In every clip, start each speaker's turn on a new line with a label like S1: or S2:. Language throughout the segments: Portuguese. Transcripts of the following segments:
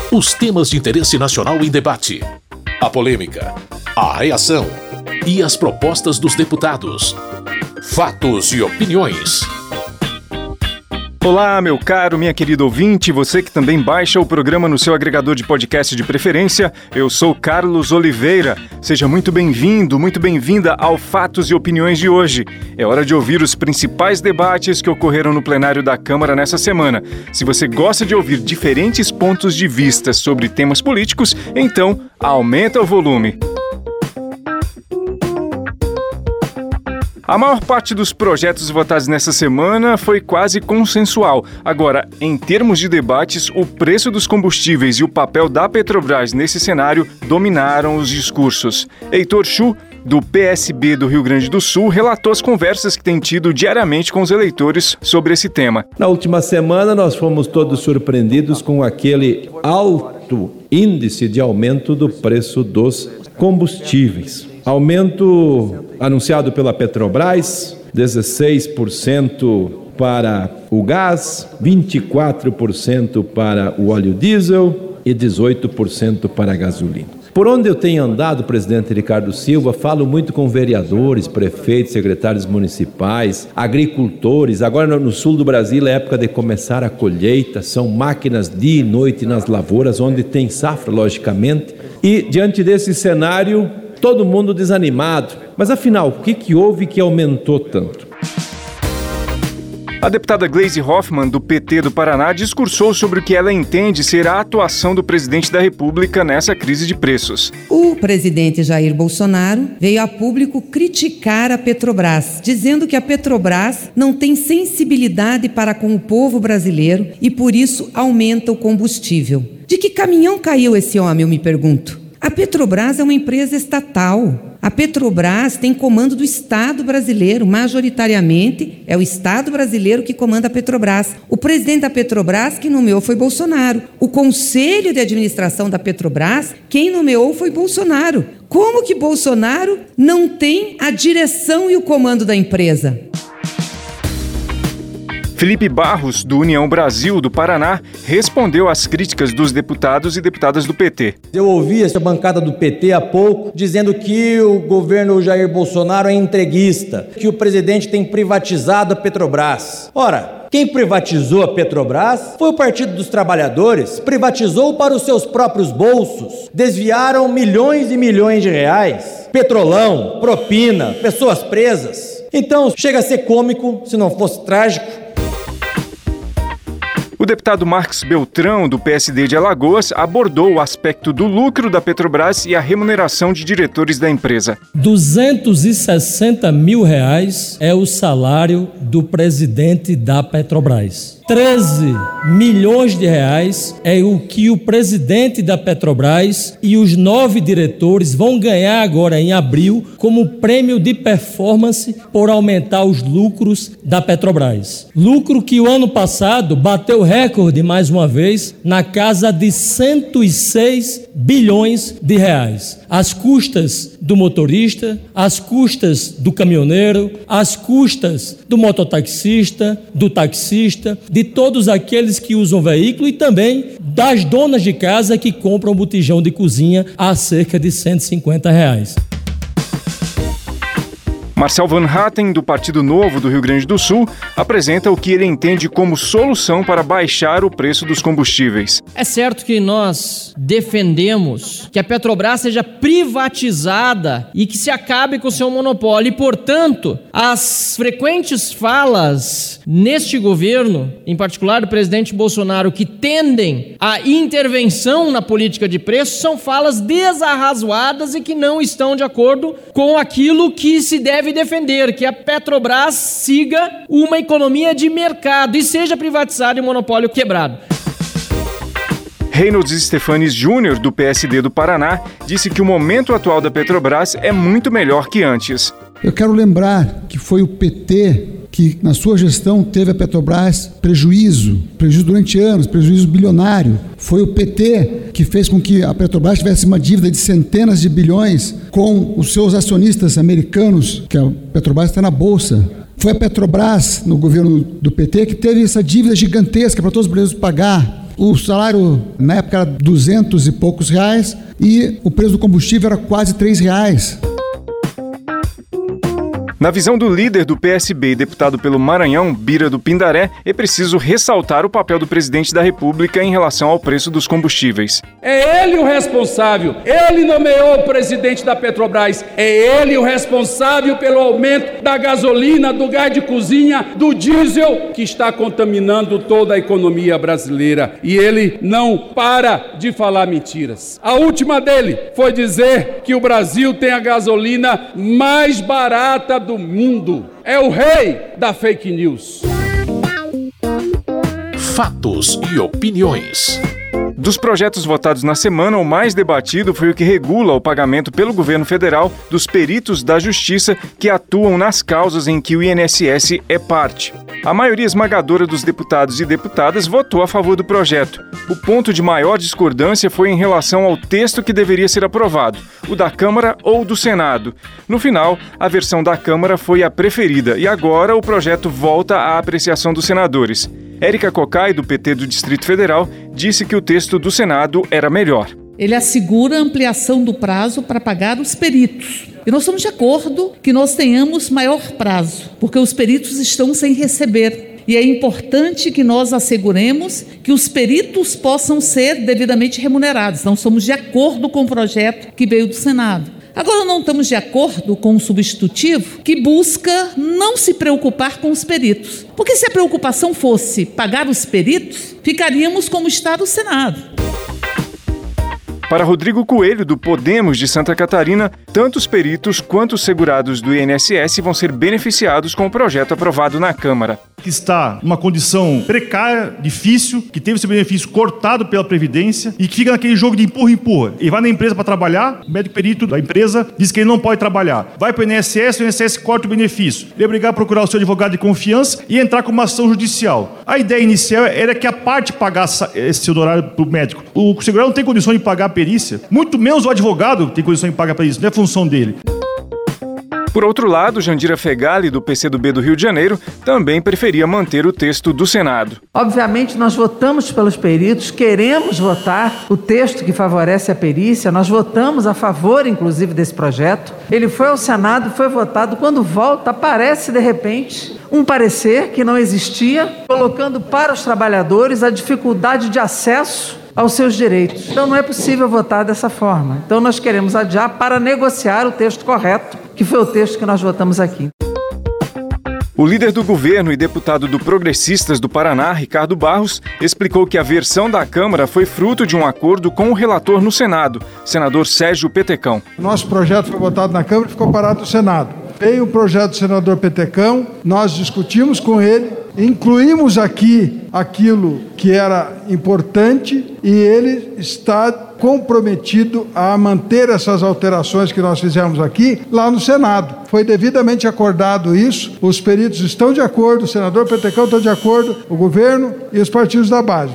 S1: Os temas de interesse nacional em debate, a polêmica, a reação e as propostas dos deputados. Fatos e opiniões.
S2: Olá, meu caro, minha querida ouvinte, você que também baixa o programa no seu agregador de podcast de preferência, eu sou Carlos Oliveira. Seja muito bem-vindo, muito bem-vinda ao Fatos e Opiniões de hoje. É hora de ouvir os principais debates que ocorreram no plenário da Câmara nessa semana. Se você gosta de ouvir diferentes pontos de vista sobre temas políticos, então aumenta o volume. A maior parte dos projetos votados nessa semana foi quase consensual. Agora, em termos de debates, o preço dos combustíveis e o papel da Petrobras nesse cenário dominaram os discursos. Heitor Chu, do PSB do Rio Grande do Sul, relatou as conversas que tem tido diariamente com os eleitores sobre esse tema.
S3: Na última semana, nós fomos todos surpreendidos com aquele alto índice de aumento do preço dos combustíveis. Aumento anunciado pela Petrobras, 16% para o gás, 24% para o óleo diesel e 18% para a gasolina. Por onde eu tenho andado, presidente Ricardo Silva, falo muito com vereadores, prefeitos, secretários municipais, agricultores. Agora no sul do Brasil é época de começar a colheita, são máquinas dia e noite nas lavouras, onde tem safra, logicamente. E diante desse cenário, todo mundo desanimado. Mas afinal, o que houve que aumentou tanto?
S2: A deputada Gleisi Hoffmann, do PT do Paraná, discursou sobre o que ela entende ser a atuação do presidente da República nessa crise de preços.
S4: O presidente Jair Bolsonaro veio a público criticar a Petrobras, dizendo que a Petrobras não tem sensibilidade para com o povo brasileiro e por isso aumenta o combustível. De que caminhão caiu esse homem, eu me pergunto? A Petrobras é uma empresa estatal. A Petrobras tem comando do Estado brasileiro, majoritariamente é o Estado brasileiro que comanda a Petrobras. O presidente da Petrobras que nomeou foi Bolsonaro. O conselho de administração da Petrobras, quem nomeou foi Bolsonaro. Como que Bolsonaro não tem a direção e o comando da empresa?
S2: Felipe Barros, do União Brasil do Paraná, respondeu às críticas dos deputados e deputadas do PT.
S5: Eu ouvi essa bancada do PT há pouco dizendo que o governo Jair Bolsonaro é entreguista, que o presidente tem privatizado a Petrobras. Ora, quem privatizou a Petrobras foi o Partido dos Trabalhadores, privatizou para os seus próprios bolsos, desviaram milhões e milhões de reais, petrolão, propina, pessoas presas. Então, chega a ser cômico, se não fosse trágico.
S2: O deputado Marcos Beltrão, do PSD de Alagoas, abordou o aspecto do lucro da Petrobras e a remuneração de diretores da empresa.
S6: R$260 mil é o salário do presidente da Petrobras. 13 milhões de reais é o que o presidente da Petrobras e os 9 diretores vão ganhar agora em abril como prêmio de performance por aumentar os lucros da Petrobras. Lucro que o ano passado bateu recorde mais uma vez na casa de 106 bilhões de reais. Às custas do motorista, às custas do caminhoneiro, às custas do mototaxista, do taxista, de todos aqueles que usam veículo e também das donas de casa que compram um botijão de cozinha a cerca de R$150.
S2: Marcel Van Hatten, do Partido Novo do Rio Grande do Sul, apresenta o que ele entende como solução para baixar o preço dos combustíveis.
S7: É certo que nós defendemos que a Petrobras seja privatizada e que se acabe com o seu monopólio. E, portanto, as frequentes falas neste governo, em particular do presidente Bolsonaro, que tendem à intervenção na política de preços, são falas desarrazoadas e que não estão de acordo com aquilo que se deve defender, que a Petrobras siga uma economia de mercado e seja privatizada e o monopólio quebrado.
S2: Reynolds Stefanes Jr., do PSD do Paraná, disse que o momento atual da Petrobras é muito melhor que antes.
S8: Eu quero lembrar que foi o PT que, na sua gestão, teve a Petrobras prejuízo durante anos, prejuízo bilionário. Foi o PT que fez com que a Petrobras tivesse uma dívida de centenas de bilhões com os seus acionistas americanos, que a Petrobras está na Bolsa. Foi a Petrobras, no governo do PT, que teve essa dívida gigantesca para todos os brasileiros pagar. O salário na época era 200 e poucos reais e o preço do combustível era quase R$3.
S2: Na visão do líder do PSB e deputado pelo Maranhão, Bira do Pindaré, é preciso ressaltar o papel do presidente da República em relação ao preço dos combustíveis.
S9: É ele o responsável, ele nomeou o presidente da Petrobras, é ele o responsável pelo aumento da gasolina, do gás de cozinha, do diesel, que está contaminando toda a economia brasileira. E ele não para de falar mentiras. A última dele foi dizer que o Brasil tem a gasolina mais barata do mundo. É o rei da fake news.
S1: Fatos e opiniões.
S2: Dos projetos votados na semana, o mais debatido foi o que regula o pagamento pelo governo federal dos peritos da Justiça que atuam nas causas em que o INSS é parte. A maioria esmagadora dos deputados e deputadas votou a favor do projeto. O ponto de maior discordância foi em relação ao texto que deveria ser aprovado, o da Câmara ou do Senado. No final, a versão da Câmara foi a preferida e agora o projeto volta à apreciação dos senadores. Érica Cocai, do PT do Distrito Federal, disse que o texto do Senado era melhor.
S10: Ele assegura a ampliação do prazo para pagar os peritos. E nós estamos de acordo que nós tenhamos maior prazo, porque os peritos estão sem receber. E é importante que nós asseguremos que os peritos possam ser devidamente remunerados. Não estamos de acordo com o projeto que veio do Senado. Agora não estamos de acordo com o substitutivo que busca não se preocupar com os peritos. Porque se a preocupação fosse pagar os peritos, ficaríamos como está o Senado.
S2: Para Rodrigo Coelho, do Podemos de Santa Catarina, tanto os peritos quanto os segurados do INSS vão ser beneficiados com o projeto aprovado na Câmara.
S11: Que está numa condição precária, difícil, que teve seu benefício cortado pela Previdência e que fica naquele jogo de empurra-empurra. Ele vai na empresa para trabalhar, o médico perito da empresa diz que ele não pode trabalhar. Vai para o INSS corta o benefício. Ele é obrigado a procurar o seu advogado de confiança e entrar com uma ação judicial. A ideia inicial era que a parte pagasse esse honorário para o médico. O segurado não tem condição de pagar a perícia, muito menos o advogado tem condição de pagar a perícia, não é função dele.
S2: Por outro lado, Jandira Fegali, do PCdoB do Rio de Janeiro, também preferia manter o texto do Senado.
S12: Obviamente, nós votamos pelos peritos, queremos votar o texto que favorece a perícia, nós votamos a favor, inclusive, desse projeto. Ele foi ao Senado, foi votado, quando volta, aparece, de repente, um parecer que não existia, colocando para os trabalhadores a dificuldade de acesso aos seus direitos. Então não é possível votar dessa forma. Então nós queremos adiar para negociar o texto correto, que foi o texto que nós votamos aqui.
S2: O líder do governo e deputado do Progressistas do Paraná, Ricardo Barros, explicou que a versão da Câmara foi fruto de um acordo com o relator no Senado, senador Sérgio Petecão.
S13: Nosso projeto foi votado na Câmara e ficou parado no Senado. Veio o projeto do senador Petecão, nós discutimos com ele, incluímos aqui aquilo que era importante e ele está comprometido a manter essas alterações que nós fizemos aqui lá no Senado. Foi devidamente acordado isso, os peritos estão de acordo, o senador Petecão está de acordo, o governo e os partidos da base.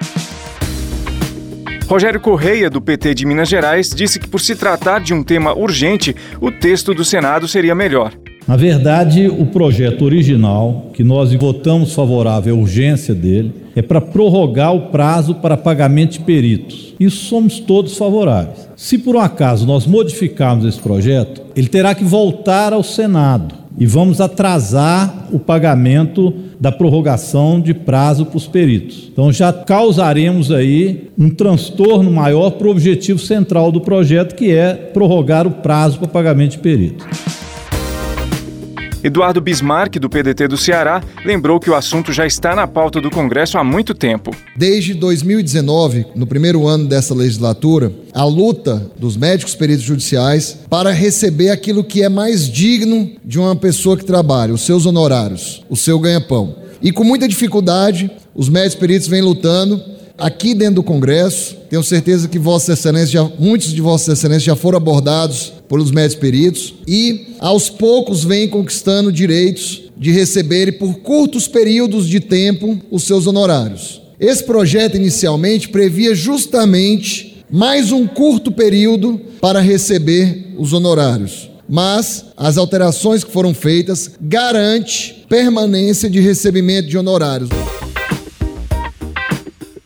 S2: Rogério Correia, do PT de Minas Gerais, disse que por se tratar de um tema urgente, o texto do Senado seria melhor.
S14: Na verdade, o projeto original, que nós votamos favorável à urgência dele, é para prorrogar o prazo para pagamento de peritos. Isso somos todos favoráveis. Se por um acaso nós modificarmos esse projeto, ele terá que voltar ao Senado e vamos atrasar o pagamento da prorrogação de prazo para os peritos. Então já causaremos aí um transtorno maior para o objetivo central do projeto, que é prorrogar o prazo para pagamento de peritos.
S2: Eduardo Bismarck, do PDT do Ceará, lembrou que o assunto já está na pauta do Congresso há muito tempo.
S15: Desde 2019, no primeiro ano dessa legislatura, a luta dos médicos peritos judiciais para receber aquilo que é mais digno de uma pessoa que trabalha, os seus honorários, o seu ganha-pão. E com muita dificuldade, os médicos peritos vêm lutando aqui dentro do Congresso. Tenho certeza que muitos de Vossa Excelência já foram abordados pelos médicos peritos e aos poucos vêm conquistando direitos de receberem por curtos períodos de tempo os seus honorários. Esse projeto inicialmente previa justamente mais um curto período para receber os honorários, mas as alterações que foram feitas garantem permanência de recebimento de honorários.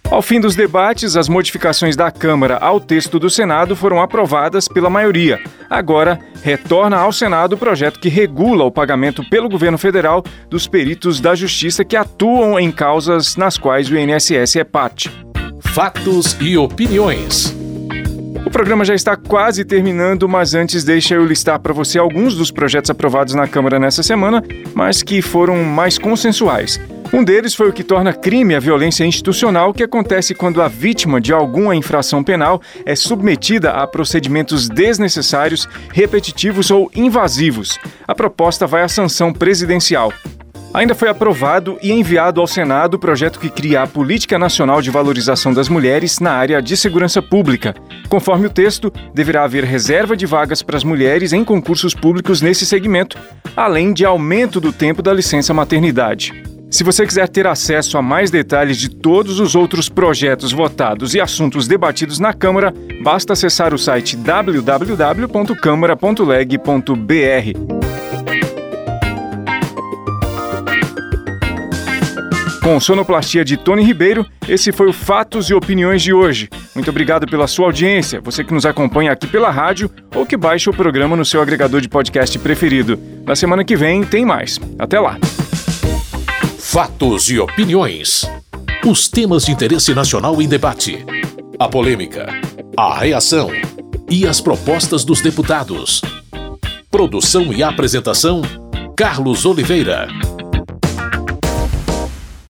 S2: Ao fim dos debates, as modificações da Câmara ao texto do Senado foram aprovadas pela maioria. Agora, retorna ao Senado o projeto que regula o pagamento pelo governo federal dos peritos da Justiça que atuam em causas nas quais o INSS é parte.
S1: Fatos e opiniões.
S2: O programa já está quase terminando, mas antes deixa eu listar para você alguns dos projetos aprovados na Câmara nessa semana, mas que foram mais consensuais. Um deles foi o que torna crime a violência institucional, que acontece quando a vítima de alguma infração penal é submetida a procedimentos desnecessários, repetitivos ou invasivos. A proposta vai à sanção presidencial. Ainda foi aprovado e enviado ao Senado o projeto que cria a Política Nacional de Valorização das Mulheres na área de segurança pública. Conforme o texto, deverá haver reserva de vagas para as mulheres em concursos públicos nesse segmento, além de aumento do tempo da licença maternidade. Se você quiser ter acesso a mais detalhes de todos os outros projetos votados e assuntos debatidos na Câmara, basta acessar o site www.câmara.leg.br. Com sonoplastia de Tony Ribeiro, esse foi o Fatos e Opiniões de hoje. Muito obrigado pela sua audiência, você que nos acompanha aqui pela rádio ou que baixa o programa no seu agregador de podcast preferido. Na semana que vem tem mais. Até lá!
S1: Fatos e opiniões. Os temas de interesse nacional em debate. A polêmica, a reação e as propostas dos deputados. Produção e apresentação, Carlos Oliveira.